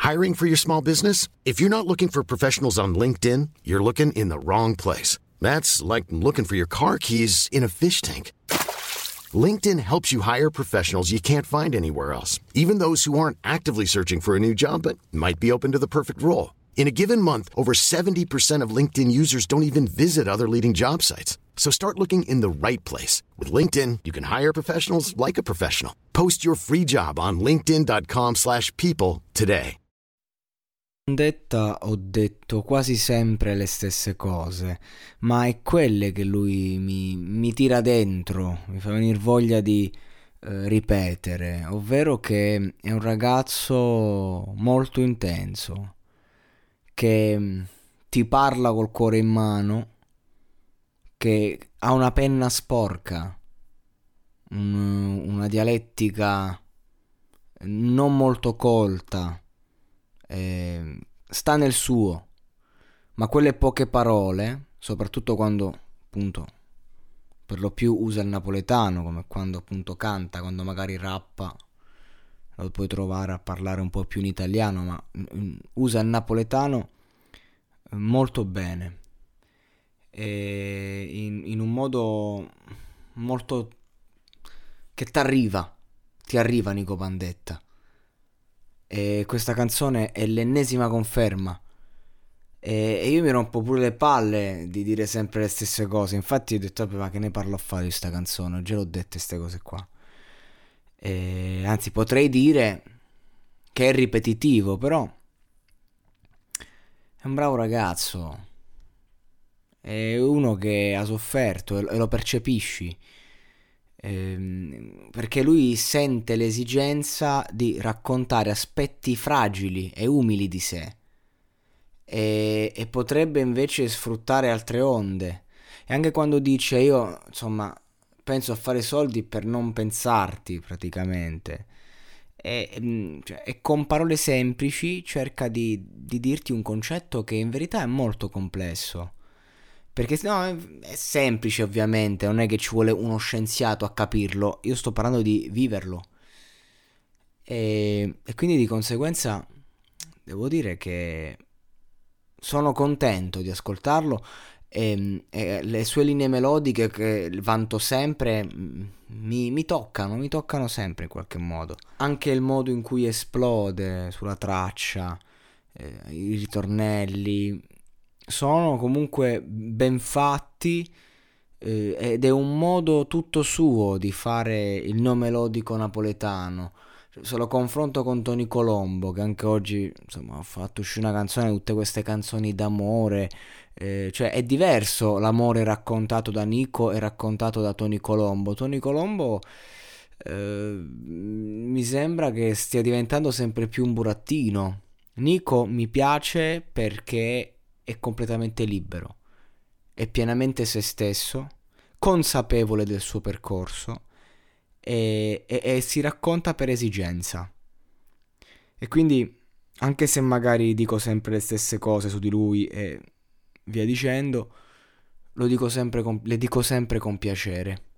Hiring for your small business? If you're not looking for professionals on LinkedIn, you're looking in the wrong place. That's like looking for your car keys in a fish tank. LinkedIn helps you hire professionals you can't find anywhere else, even those who aren't actively searching for a new job but might be open to the perfect role. In a given month, over 70% of LinkedIn users don't even visit other leading job sites. So start looking in the right place. With LinkedIn, you can hire professionals like a professional. Post your free job on linkedin.com/people today. Ho detto quasi sempre le stesse cose, ma è quelle che lui mi tira dentro, mi fa venire voglia di ripetere, ovvero che è un ragazzo molto intenso, che ti parla col cuore in mano, che ha una penna sporca, una dialettica non molto colta, sta nel suo, ma quelle poche parole, soprattutto quando appunto per lo più usa il napoletano, come quando appunto canta, quando magari rappa lo puoi trovare a parlare un po' più in italiano, ma usa il napoletano molto bene e in un modo molto che ti arriva Nico Pandetta. E questa canzone è l'ennesima conferma e io mi rompo pure le palle di dire sempre le stesse cose. Infatti ho detto ma che ne parlo a fare di sta canzone, già l'ho dette queste cose qua, anzi potrei dire che è ripetitivo, però è un bravo ragazzo, è uno che ha sofferto e lo percepisci, perché lui sente l'esigenza di raccontare aspetti fragili e umili di sé e potrebbe invece sfruttare altre onde. E anche quando dice io insomma penso a fare soldi per non pensarti, praticamente, e con parole semplici cerca di dirti un concetto che in verità è molto complesso. Perché no, è semplice ovviamente, non è che ci vuole uno scienziato a capirlo, io sto parlando di viverlo. E quindi di conseguenza devo dire che sono contento di ascoltarlo e le sue linee melodiche che vanto sempre mi toccano sempre in qualche modo. Anche il modo in cui esplode sulla traccia, i ritornelli sono comunque ben fatti, ed è un modo tutto suo di fare il nome melodico napoletano. Se lo confronto con Tony Colombo, che anche oggi insomma ha fatto uscire una canzone, tutte queste canzoni d'amore, cioè è diverso l'amore raccontato da Nico e raccontato da Tony Colombo. Tony Colombo mi sembra che stia diventando sempre più un burattino. Nico mi piace perché è completamente libero, è pienamente se stesso, consapevole del suo percorso e si racconta per esigenza. E quindi, anche se magari dico sempre le stesse cose su di lui e via dicendo, le dico sempre con piacere.